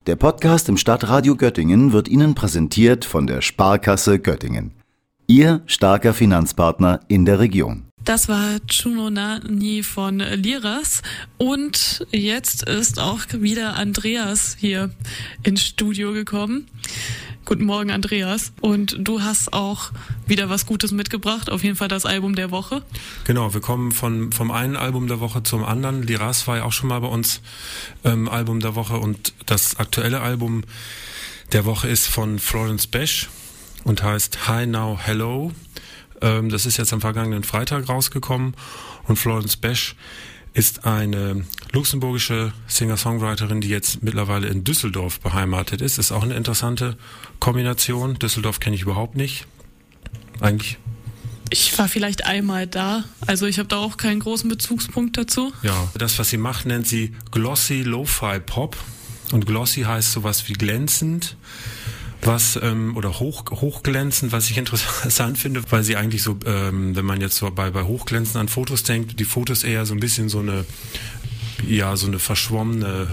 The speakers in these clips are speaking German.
Der Podcast im Stadtradio Göttingen wird Ihnen präsentiert von der Sparkasse Göttingen. Ihr starker Finanzpartner in der Region. Das war Chuno Nani von Liras und jetzt ist auch wieder Andreas hier ins Studio gekommen. Guten Morgen, Andreas. Und du hast auch wieder was Gutes mitgebracht, auf jeden Fall das Album der Woche. Genau, wir kommen vom einen Album der Woche zum anderen. Liras war ja auch schon mal bei uns Album der Woche und das aktuelle Album der Woche ist von Florence Besch und heißt Hi Now Hello. Das ist jetzt am vergangenen Freitag rausgekommen und Florence Besch ist eine luxemburgische Singer-Songwriterin, die jetzt mittlerweile in Düsseldorf beheimatet ist. Ist auch eine interessante Kombination. Düsseldorf kenne ich überhaupt nicht. Eigentlich. Ich war vielleicht einmal da, also ich habe da auch keinen großen Bezugspunkt dazu. Ja, das, was sie macht, nennt sie Glossy Lo-Fi Pop. Und Glossy heißt sowas wie glänzend. Oder hochglänzend, was ich interessant finde, weil sie eigentlich so, wenn man jetzt so bei Hochglänzen an Fotos denkt, die Fotos eher so ein bisschen so eine verschwommene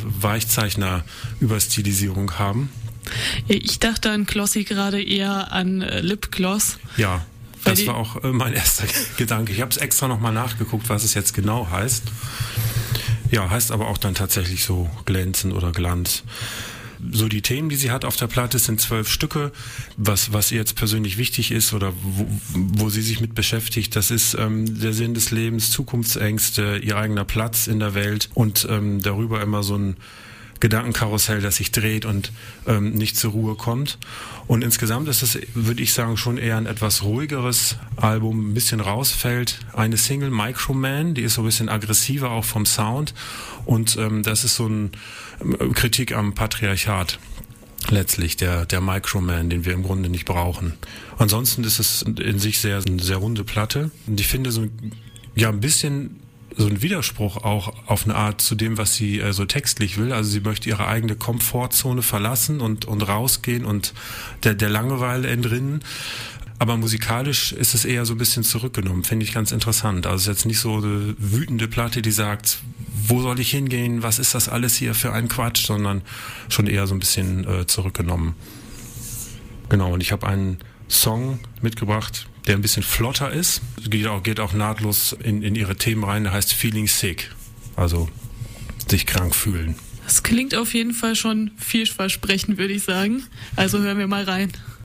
Weichzeichner-Überstilisierung haben. Ich dachte an Glossy gerade eher an Lipgloss. Ja, das war auch mein erster Gedanke. Ich habe es extra nochmal nachgeguckt, was es jetzt genau heißt. Ja, heißt aber auch dann tatsächlich so glänzend oder Glanz. So die Themen, die sie hat auf der Platte, sind 12 Stücke. Was ihr jetzt persönlich wichtig ist oder wo sie sich mit beschäftigt, das ist der Sinn des Lebens, Zukunftsängste, ihr eigener Platz in der Welt und darüber immer so ein Gedankenkarussell, das sich dreht und nicht zur Ruhe kommt. Und insgesamt ist es, würde ich sagen, schon eher ein etwas ruhigeres Album, ein bisschen rausfällt. Eine Single, Microman, die ist so ein bisschen aggressiver auch vom Sound und das ist so ein Kritik am Patriarchat. Letztlich der Microman, den wir im Grunde nicht brauchen. Ansonsten ist es in sich eine sehr runde Platte. Und ich finde so ein bisschen so ein Widerspruch auch auf eine Art zu dem, was sie so textlich will. Also sie möchte ihre eigene Komfortzone verlassen und rausgehen und der Langeweile entrinnen. Aber musikalisch ist es eher so ein bisschen zurückgenommen, finde ich ganz interessant. Also es ist jetzt nicht so eine wütende Platte, die sagt, wo soll ich hingehen, was ist das alles hier für ein Quatsch, sondern schon eher so ein bisschen zurückgenommen. Genau, und ich habe einen Song mitgebracht, der ein bisschen flotter ist. Geht auch nahtlos in ihre Themen rein, der heißt Feeling Sick, also sich krank fühlen. Das klingt auf jeden Fall schon vielversprechend, würde ich sagen. Also hören wir mal rein.